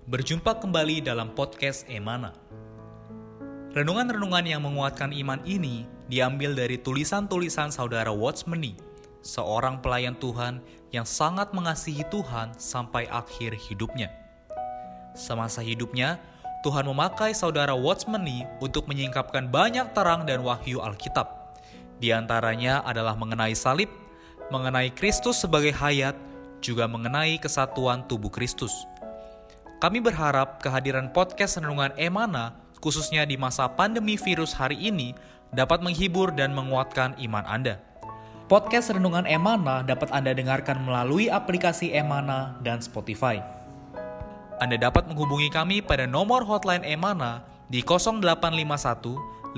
Berjumpa kembali dalam podcast Emana. Renungan-renungan yang menguatkan iman ini diambil dari tulisan-tulisan saudara Watchmeni, seorang pelayan Tuhan yang sangat mengasihi Tuhan sampai akhir hidupnya. Semasa hidupnya, Tuhan memakai saudara Watchmeni untuk menyingkapkan banyak terang dan wahyu Alkitab. Di antaranya adalah mengenai salib, mengenai Kristus sebagai hayat, juga mengenai kesatuan tubuh Kristus. Kami berharap kehadiran podcast Renungan Emana, khususnya di masa pandemi virus hari ini, dapat menghibur dan menguatkan iman Anda. Podcast Renungan Emana dapat Anda dengarkan melalui aplikasi Emana dan Spotify. Anda dapat menghubungi kami pada nomor hotline Emana di 0851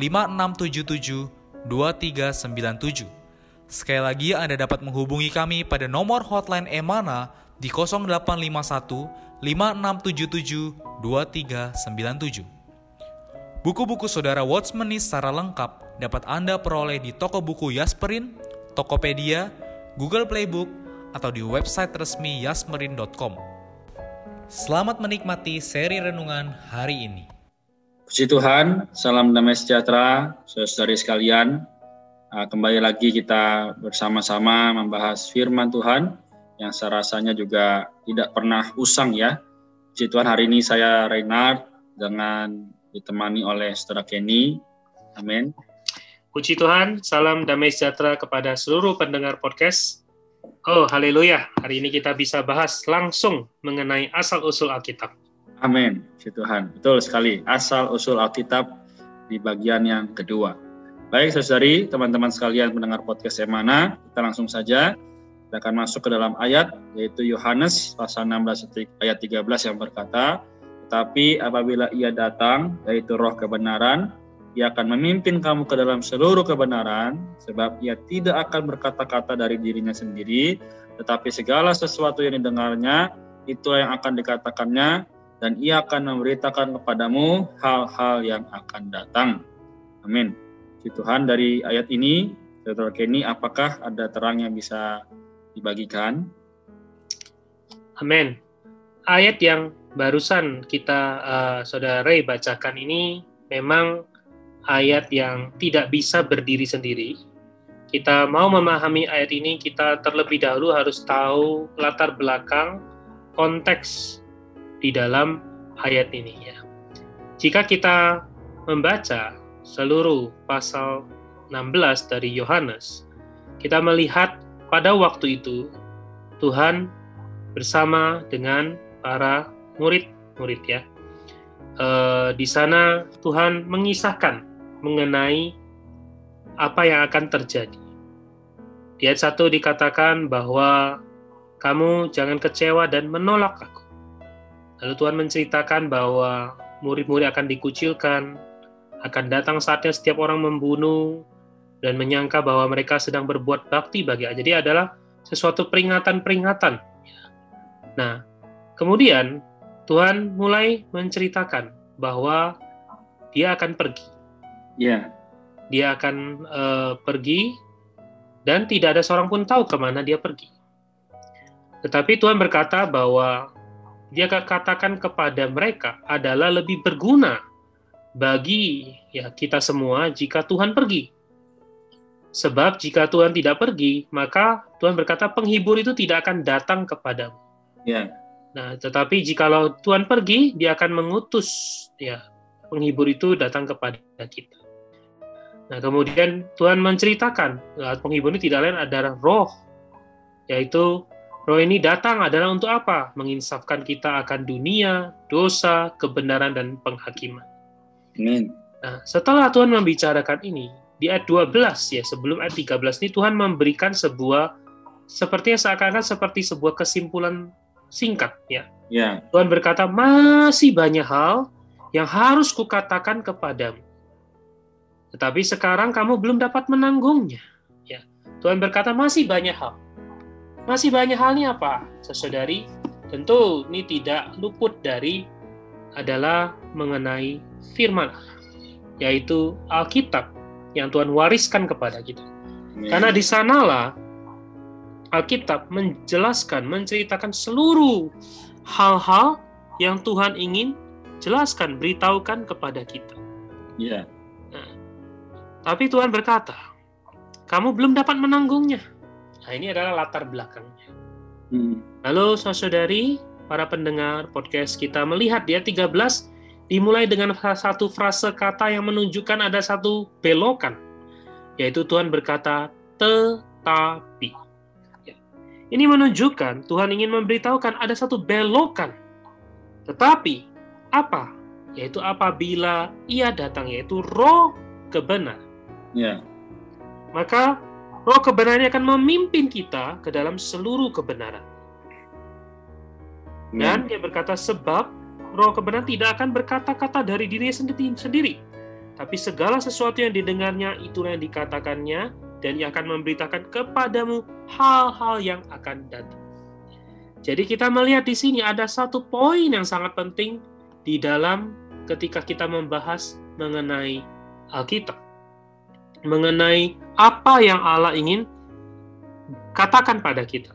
5677 2397. Sekali lagi Anda dapat menghubungi kami pada nomor hotline Emana di 0851 5677 2397. Buku-buku saudara Watchmeni secara lengkap dapat Anda peroleh di toko buku Yasmerin, Tokopedia, Google Playbook, atau di website resmi yasmerin.com. Selamat menikmati seri renungan hari ini. Puji Tuhan, salam damai sejahtera, saudara-saudari sekalian. Kembali lagi kita bersama-sama membahas firman Tuhan yang saya rasanya juga tidak pernah usang ya. Puji Tuhan, hari ini saya Reinhard dengan ditemani oleh saudara Kenny. Amin. Puji Tuhan, salam damai sejahtera kepada seluruh pendengar podcast. Oh, haleluya. Hari ini kita bisa bahas langsung mengenai asal-usul Alkitab. Amin. Puji Tuhan. Betul sekali. Asal-usul Alkitab di bagian yang kedua. Baik, saudari, teman-teman sekalian pendengar podcast Emana, kita langsung saja. Kita akan masuk ke dalam ayat, yaitu Yohanes pasal 16 ayat 13 yang berkata, "Tetapi apabila ia datang, yaitu roh kebenaran, ia akan memimpin kamu ke dalam seluruh kebenaran, sebab ia tidak akan berkata-kata dari dirinya sendiri, tetapi segala sesuatu yang didengarnya, itulah yang akan dikatakannya, dan ia akan memberitakan kepadamu hal-hal yang akan datang." Amin. Puji Tuhan, dari ayat ini, Saudara Kenny, apakah ada terang yang bisa dibagikan? Amin. Ayat yang barusan kita Saudara Ray bacakan ini memang ayat yang tidak bisa berdiri sendiri. Kita mau memahami ayat ini, kita terlebih dahulu harus tahu latar belakang konteks di dalam ayat ini ya. Jika kita membaca seluruh pasal 16 dari Yohanes, kita melihat pada waktu itu Tuhan bersama dengan para murid-murid ya. Di sana Tuhan mengisahkan mengenai apa yang akan terjadi. Di ayat 1 dikatakan bahwa kamu jangan kecewa dan menolak aku. Lalu Tuhan menceritakan bahwa murid-murid akan dikucilkan, akan datang saatnya setiap orang membunuh dan menyangka bahwa mereka sedang berbuat bakti bagi Allah. Jadi adalah sesuatu peringatan-peringatan. Nah, kemudian Tuhan mulai menceritakan bahwa dia akan pergi. Ya. Dia akan pergi dan tidak ada seorang pun tahu kemana dia pergi. Tetapi Tuhan berkata bahwa dia katakan kepada mereka adalah lebih berguna bagi kita semua jika Tuhan pergi. Sebab jika Tuhan tidak pergi, maka Tuhan berkata penghibur itu tidak akan datang kepadamu. Ya. Nah, tetapi jikalau Tuhan pergi, dia akan mengutus penghibur itu datang kepada kita. Nah, kemudian Tuhan menceritakan penghibur ini tidak lain adalah roh, yaitu roh ini datang adalah untuk apa? Menginsafkan kita akan dunia, dosa, kebenaran, dan penghakiman. Amin. Nah, setelah Tuhan membicarakan ini, di ayat 12 ya, sebelum ayat 13 ini Tuhan memberikan sebuah sepertinya seakan-akan seperti sebuah kesimpulan singkat ya. Ya. Tuhan berkata, masih banyak hal yang harus kukatakan kepadamu. Tetapi sekarang kamu belum dapat menanggungnya. Ya. Tuhan berkata masih banyak hal. Masih banyak halnya apa, saudari? Tentu ini tidak luput dari adalah mengenai firman Allah, yaitu Alkitab yang Tuhan wariskan kepada kita. Karena di sanalah Alkitab menjelaskan, menceritakan seluruh hal-hal yang Tuhan ingin jelaskan, beritahukan kepada kita. Ya. Nah, tapi Tuhan berkata, kamu belum dapat menanggungnya. Nah, ini adalah latar belakangnya. Lalu saudari, para pendengar podcast kita melihat di ayat 13, dimulai dengan satu frase kata yang menunjukkan ada satu belokan, yaitu Tuhan berkata, tetapi. Ini menunjukkan Tuhan ingin memberitahukan ada satu belokan. Tetapi, apa? Yaitu apabila ia datang, yaitu roh kebenaran. Ya. Maka roh kebenaran akan memimpin kita ke dalam seluruh kebenaran. Dan dia berkata, sebab roh kebenaran tidak akan berkata-kata dari dirinya sendiri. Tapi segala sesuatu yang didengarnya, itulah yang dikatakannya, dan ia akan memberitakan kepadamu hal-hal yang akan datang. Jadi kita melihat di sini ada satu poin yang sangat penting di dalam ketika kita membahas mengenai Alkitab. Mengenai apa yang Allah ingin katakan pada kita.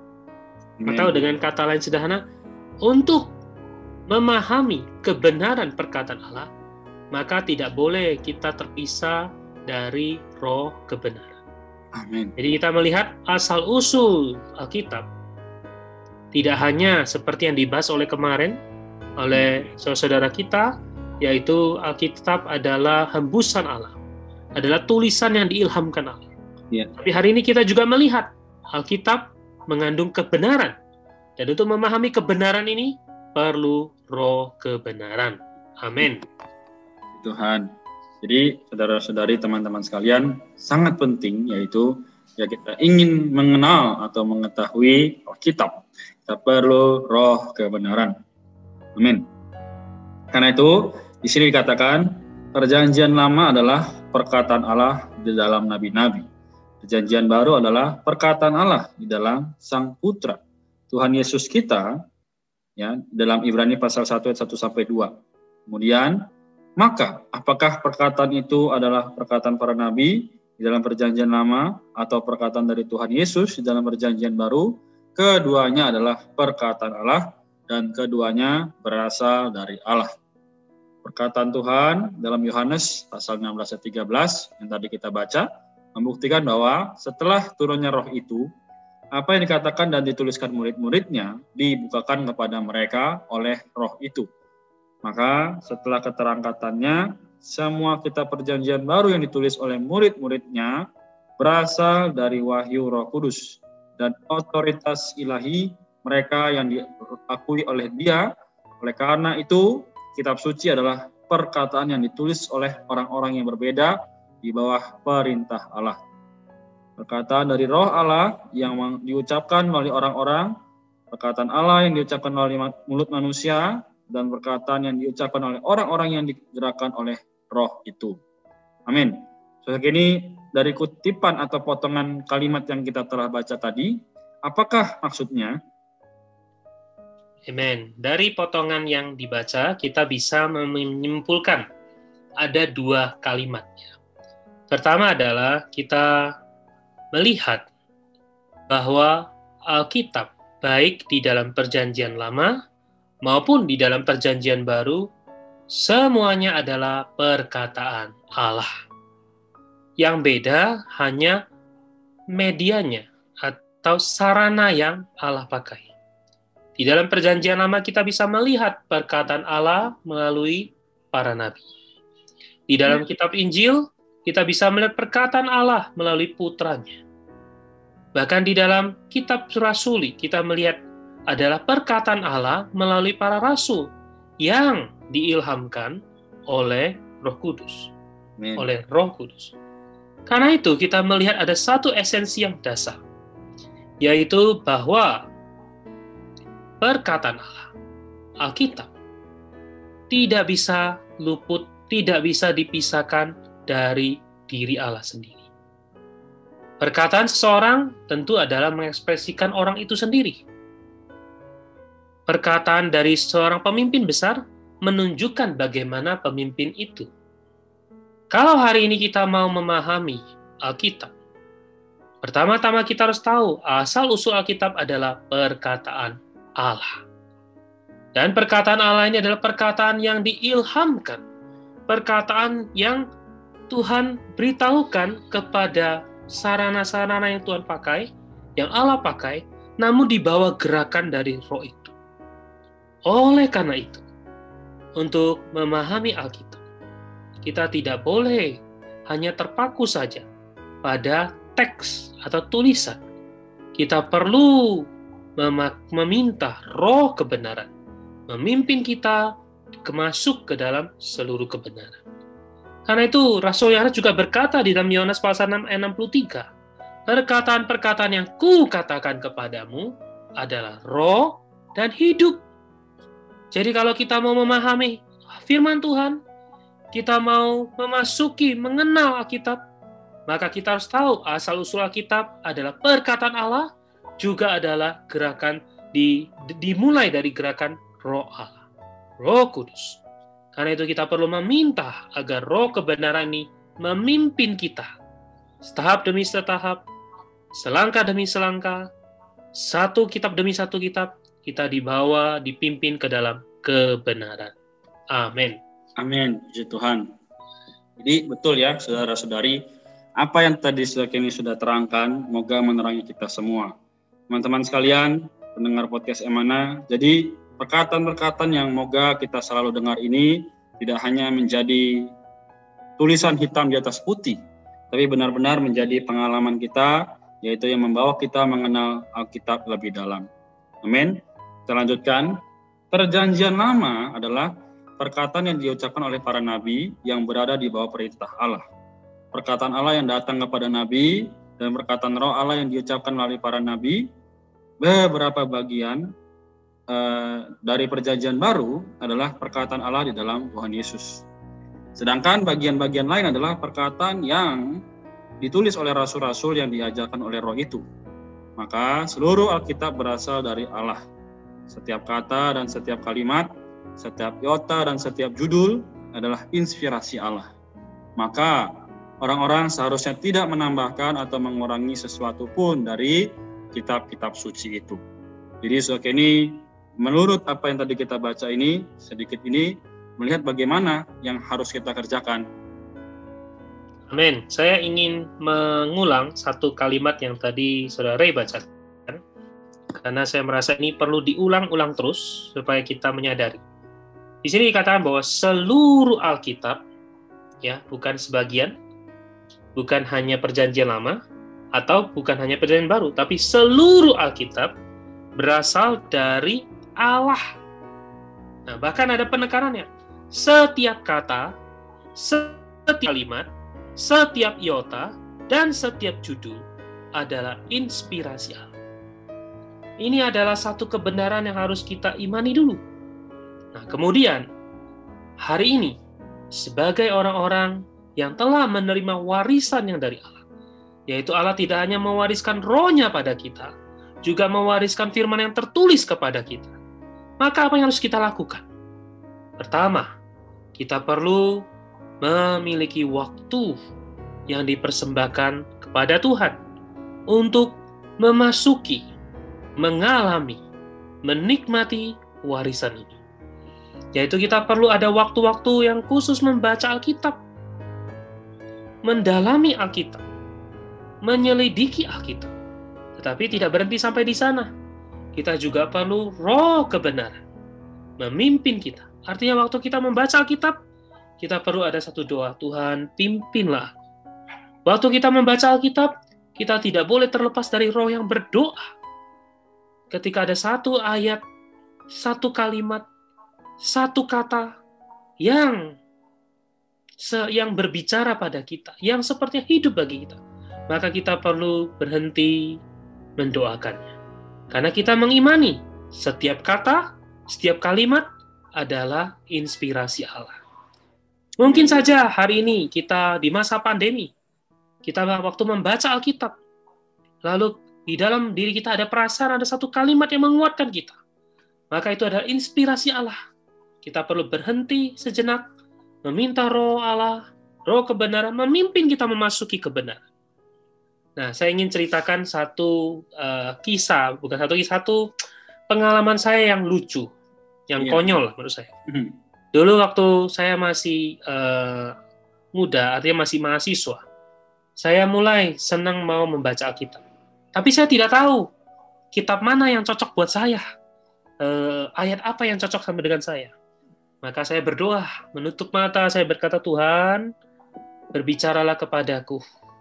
Atau dengan kata lain sederhana, untuk memahami kebenaran perkataan Allah, maka tidak boleh kita terpisah dari roh kebenaran. Amin. Jadi kita melihat asal-usul Alkitab tidak hanya seperti yang dibahas oleh kemarin oleh saudara kita, yaitu Alkitab adalah hembusan Allah, adalah tulisan yang diilhamkan Allah. Ya. Tapi hari ini kita juga melihat Alkitab mengandung kebenaran. Dan untuk memahami kebenaran ini, perlu roh kebenaran. Amin. Tuhan. Jadi, saudara-saudari, teman-teman sekalian, sangat penting, yaitu ya kita ingin mengenal atau mengetahui Alkitab. Kita perlu roh kebenaran. Amin. Karena itu, di sini dikatakan, perjanjian lama adalah perkataan Allah di dalam nabi-nabi. Perjanjian baru adalah perkataan Allah di dalam Sang Putra, Tuhan Yesus kita, ya, dalam Ibrani pasal 1 ayat 1 sampai 2. Kemudian, maka apakah perkataan itu adalah perkataan para nabi di dalam perjanjian lama atau perkataan dari Tuhan Yesus di dalam perjanjian baru? Keduanya adalah perkataan Allah dan keduanya berasal dari Allah. Perkataan Tuhan dalam Yohanes pasal 16 ayat 13 yang tadi kita baca membuktikan bahwa setelah turunnya roh itu, apa yang dikatakan dan dituliskan murid-muridnya dibukakan kepada mereka oleh roh itu. Maka setelah keterangkatannya, semua kitab perjanjian baru yang ditulis oleh murid-muridnya berasal dari wahyu Roh Kudus dan otoritas ilahi mereka yang diakui oleh Dia. Oleh karena itu, kitab suci adalah perkataan yang ditulis oleh orang-orang yang berbeda di bawah perintah Allah. Perkataan dari roh Allah yang diucapkan melalui orang-orang, perkataan Allah yang diucapkan melalui mulut manusia, dan perkataan yang diucapkan oleh orang-orang yang digerakkan oleh roh itu. Amin. So, ini dari kutipan atau potongan kalimat yang kita telah baca tadi, apakah maksudnya? Amin. Dari potongan yang dibaca, kita bisa menyimpulkan ada dua kalimat. Pertama adalah kita melihat bahwa Alkitab, baik di dalam perjanjian lama maupun di dalam perjanjian baru, semuanya adalah perkataan Allah. Yang beda hanya medianya atau sarana yang Allah pakai. Di dalam perjanjian lama kita bisa melihat perkataan Allah melalui para nabi. Di dalam kitab Injil, kita bisa melihat perkataan Allah melalui putranya. Bahkan di dalam kitab Rasuli, kita melihat adalah perkataan Allah melalui para rasul yang diilhamkan oleh Roh Kudus. Amin. Oleh Roh Kudus. Karena itu kita melihat ada satu esensi yang dasar, yaitu bahwa perkataan Allah, Alkitab, tidak bisa luput, tidak bisa dipisahkan dari diri Allah sendiri. Perkataan seseorang tentu adalah mengekspresikan orang itu sendiri. Perkataan dari seorang pemimpin besar menunjukkan bagaimana pemimpin itu. Kalau hari ini kita mau memahami Alkitab, pertama-tama kita harus tahu asal-usul Alkitab adalah perkataan Allah. Dan perkataan Allah ini adalah perkataan yang diilhamkan, perkataan yang Tuhan beritahukan kepada sarana-sarana yang Tuhan pakai, yang Allah pakai, namun dibawa gerakan dari Roh itu. Oleh karena itu, untuk memahami Alkitab, kita tidak boleh hanya terpaku saja pada teks atau tulisan. Kita perlu meminta Roh kebenaran memimpin kita masuk ke dalam seluruh kebenaran. Karena itu Rasul Yohanes juga berkata di dalam Yohanes pasal 6 ayat 63, perkataan-perkataan yang kukatakan kepadamu adalah roh dan hidup. Jadi kalau kita mau memahami firman Tuhan, kita mau memasuki, mengenal Alkitab, maka kita harus tahu asal-usul Alkitab adalah perkataan Allah, juga adalah gerakan dimulai dari gerakan Roh Allah, Roh Kudus. Karena itu kita perlu meminta agar Roh kebenaran ini memimpin kita, setahap demi setahap, selangkah demi selangkah, satu kitab demi satu kitab, kita dibawa, dipimpin ke dalam kebenaran. Amin. Amin, puji Tuhan. Jadi betul ya, saudara-saudari, apa yang tadi ini sudah terangkan, moga menerangi kita semua. Teman-teman sekalian, pendengar podcast Emana, jadi perkataan-perkataan yang moga kita selalu dengar ini tidak hanya menjadi tulisan hitam di atas putih, tapi benar-benar menjadi pengalaman kita, yaitu yang membawa kita mengenal Alkitab lebih dalam. Amin. Kita lanjutkan. Perjanjian Lama adalah perkataan yang diucapkan oleh para nabi yang berada di bawah perintah Allah. Perkataan Allah yang datang kepada nabi dan perkataan Roh Allah yang diucapkan melalui para nabi. Beberapa bagian dari perjanjian baru adalah perkataan Allah di dalam Tuhan Yesus. Sedangkan bagian-bagian lain adalah perkataan yang ditulis oleh rasul-rasul yang diajarkan oleh Roh itu. Maka seluruh Alkitab berasal dari Allah. Setiap kata dan setiap kalimat, setiap iota dan setiap judul adalah inspirasi Allah. Maka orang-orang seharusnya tidak menambahkan atau mengurangi sesuatu pun dari kitab-kitab suci itu. Jadi saudara ini, menurut apa yang tadi kita baca ini, sedikit ini, melihat bagaimana yang harus kita kerjakan. Amin. Saya ingin mengulang satu kalimat yang tadi Saudara Ray bacakan, karena saya merasa ini perlu diulang-ulang terus supaya kita menyadari. Di sini dikatakan bahwa seluruh Alkitab, ya, bukan sebagian, bukan hanya Perjanjian Lama, atau bukan hanya Perjanjian Baru, tapi seluruh Alkitab berasal dari Allah. Nah, bahkan ada penekanannya. Setiap kata, setiap kalimat, setiap iota, dan setiap judul adalah inspirasi Allah. Ini adalah satu kebenaran yang harus kita imani dulu. Nah, kemudian, hari ini, sebagai orang-orang yang telah menerima warisan yang dari Allah, yaitu Allah tidak hanya mewariskan rohnya pada kita, juga mewariskan firman yang tertulis kepada kita. Maka apa yang harus kita lakukan? Pertama, kita perlu memiliki waktu yang dipersembahkan kepada Tuhan untuk memasuki, mengalami, menikmati warisan ini. Yaitu kita perlu ada waktu-waktu yang khusus membaca Alkitab, mendalami Alkitab, menyelidiki Alkitab. Tetapi tidak berhenti sampai di sana. Kita juga perlu roh kebenaran memimpin kita. Artinya waktu kita membaca Alkitab, kita perlu ada satu doa, Tuhan pimpinlah. Waktu kita membaca Alkitab, kita tidak boleh terlepas dari roh yang berdoa. Ketika ada satu ayat, satu kalimat, satu kata yang berbicara pada kita, yang sepertinya hidup bagi kita, maka kita perlu berhenti mendoakannya. Karena kita mengimani setiap kata, setiap kalimat adalah inspirasi Allah. Mungkin saja hari ini kita di masa pandemi, kita waktu membaca Alkitab, lalu di dalam diri kita ada perasaan, ada satu kalimat yang menguatkan kita. Maka itu adalah inspirasi Allah. Kita perlu berhenti sejenak, meminta roh Allah, roh kebenaran, memimpin kita memasuki kebenaran. Nah, saya ingin ceritakan satu kisah, bukan satu kisah, satu pengalaman saya yang lucu. yang Iya. konyol lah menurut saya. Mhm. Dulu waktu saya masih muda, artinya masih mahasiswa, saya mulai senang mau membaca Alkitab. Tapi saya tidak tahu kitab mana yang cocok buat saya, ayat apa yang cocok sama dengan saya. Maka saya berdoa, menutup mata, saya berkata, Tuhan, berbicaralah kepadaku.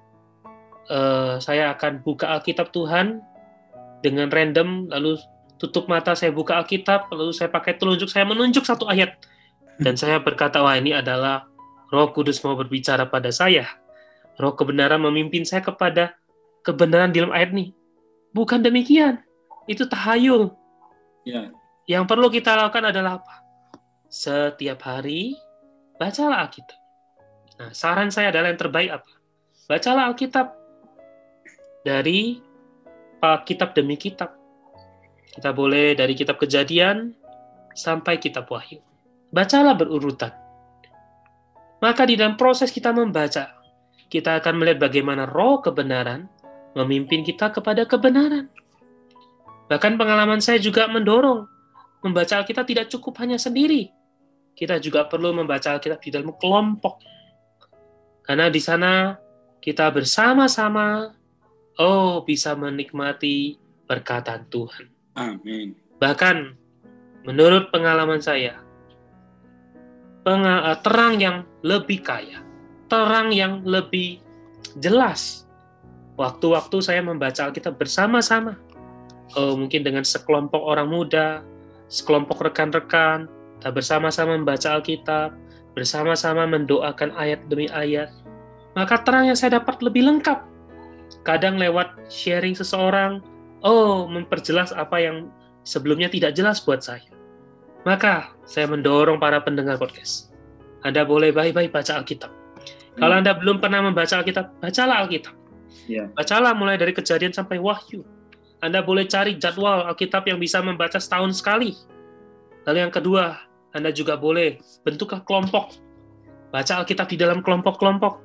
Saya akan buka Alkitab Tuhan dengan random, lalu tutup mata, saya buka Alkitab, lalu saya pakai telunjuk, saya menunjuk satu ayat. Dan saya berkata, wah ini adalah Roh Kudus mau berbicara pada saya. Roh kebenaran memimpin saya kepada kebenaran di dalam ayat ini. Bukan demikian. Itu tahayul. Ya. Yang perlu kita lakukan adalah apa? Setiap hari, bacalah Alkitab. Nah, saran saya adalah yang terbaik apa? Bacalah Alkitab dari kitab demi kitab. Kita boleh dari kitab Kejadian sampai kitab Wahyu. Bacalah berurutan. Maka di dalam proses kita membaca, kita akan melihat bagaimana roh kebenaran memimpin kita kepada kebenaran. Bahkan pengalaman saya juga mendorong membaca Alkitab tidak cukup hanya sendiri. Kita juga perlu membaca Alkitab di dalam kelompok. Karena di sana kita bersama-sama bisa menikmati perkataan Tuhan. Amin. Bahkan menurut pengalaman saya, terang yang lebih kaya, terang yang lebih jelas, waktu-waktu saya membaca Alkitab bersama-sama. Mungkin dengan sekelompok orang muda, sekelompok rekan-rekan, kita bersama-sama membaca Alkitab, bersama-sama mendoakan ayat demi ayat, maka terang yang saya dapat lebih lengkap. Kadang lewat sharing seseorang, memperjelas apa yang sebelumnya tidak jelas buat saya. Maka saya mendorong para pendengar podcast, Anda boleh baik-baik baca Alkitab. Kalau Anda belum pernah membaca Alkitab, bacalah Alkitab. Ya. Bacalah mulai dari Kejadian sampai Wahyu. Anda boleh cari jadwal Alkitab yang bisa membaca setahun sekali. Lalu yang kedua, Anda juga boleh bentuklah kelompok. Baca Alkitab di dalam kelompok-kelompok.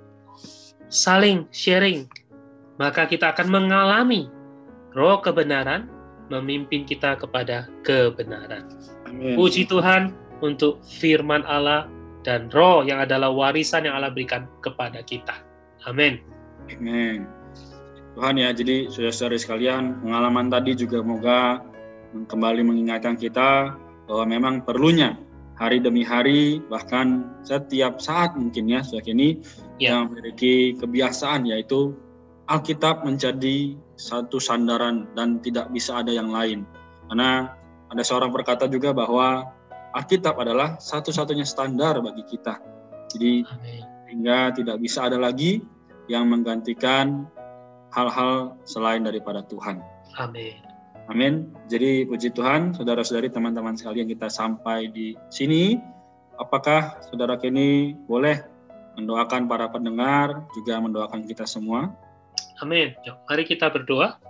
Saling sharing. Maka kita akan mengalami roh kebenaran memimpin kita kepada kebenaran. Amin. Puji Tuhan untuk firman Allah dan roh yang adalah warisan yang Allah berikan kepada kita. Amin. Amin. Tuhan ya, jadi saudara-saudari sekalian, pengalaman tadi juga semoga kembali mengingatkan kita bahwa memang perlunya hari demi hari, bahkan setiap saat mungkin ya, saudara ini yang memiliki kebiasaan yaitu Alkitab menjadi satu sandaran dan tidak bisa ada yang lain. Karena ada seorang berkata juga bahwa Alkitab adalah satu-satunya standar bagi kita. Jadi hingga tidak bisa ada lagi yang menggantikan hal-hal selain daripada Tuhan. Amin. Amin. Jadi puji Tuhan, saudara-saudari, teman-teman sekalian, kita sampai di sini. Apakah saudara Kenny boleh mendoakan para pendengar, juga mendoakan kita semua? Amin. Mari kita berdoa.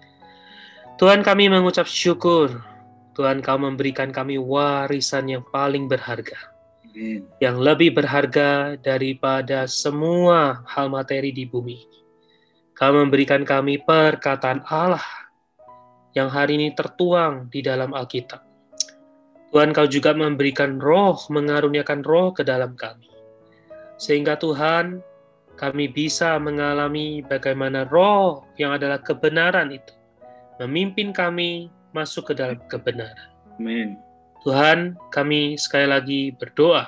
Tuhan, kami mengucap syukur. Tuhan, Kau memberikan kami warisan yang paling berharga. Amin. Yang lebih berharga daripada semua hal materi di bumi. Kau memberikan kami perkataan Allah yang hari ini tertuang di dalam Alkitab. Tuhan, Kau juga memberikan roh, mengaruniakan roh ke dalam kami. Sehingga Tuhan, kami bisa mengalami bagaimana roh yang adalah kebenaran itu memimpin kami masuk ke dalam kebenaran. Amin. Tuhan, kami sekali lagi berdoa.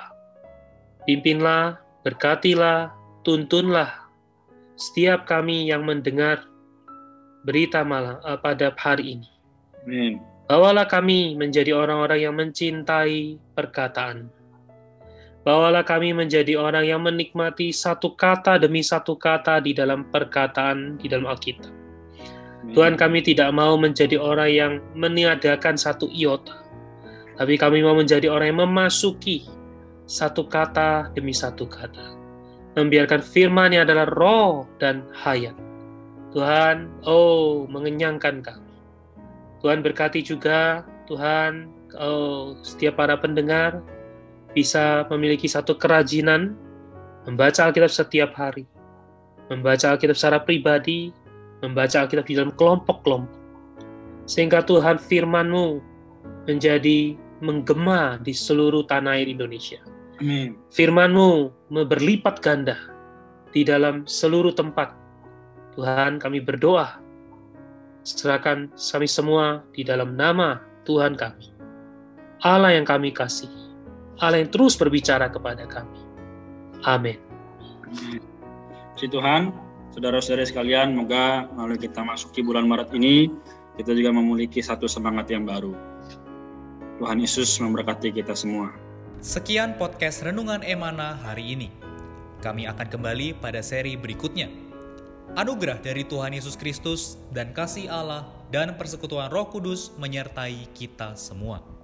Pimpinlah, berkatilah, tuntunlah setiap kami yang mendengar berita malam pada hari ini. Amin. Bawalah kami menjadi orang-orang yang mencintai perkataan. Bawalah kami menjadi orang yang menikmati satu kata demi satu kata di dalam perkataan di dalam Alkitab. Amin. Tuhan, kami tidak mau menjadi orang yang meniadakan satu iota, tapi kami mau menjadi orang yang memasuki satu kata demi satu kata, membiarkan firman yang adalah roh dan hayat. Tuhan, mengenyangkan kami. Tuhan, berkati juga, Tuhan, setiap para pendengar bisa memiliki satu kerajinan membaca Alkitab setiap hari, membaca Alkitab secara pribadi, membaca Alkitab di dalam kelompok-kelompok, sehingga Tuhan firman-Mu menjadi menggema di seluruh tanah air Indonesia. Amin. Firman-Mu berlipat ganda di dalam seluruh tempat. Tuhan, kami berdoa, serahkan kami semua di dalam nama Tuhan kami, Allah yang kami kasihi, Allah yang terus berbicara kepada kami. Amin. Puji Tuhan, saudara-saudari sekalian, semoga melalui kita masuki bulan Maret ini, kita juga memiliki satu semangat yang baru. Tuhan Yesus memberkati kita semua. Sekian podcast Renungan Emana hari ini. Kami akan kembali pada seri berikutnya. Anugerah dari Tuhan Yesus Kristus dan kasih Allah dan persekutuan Roh Kudus menyertai kita semua.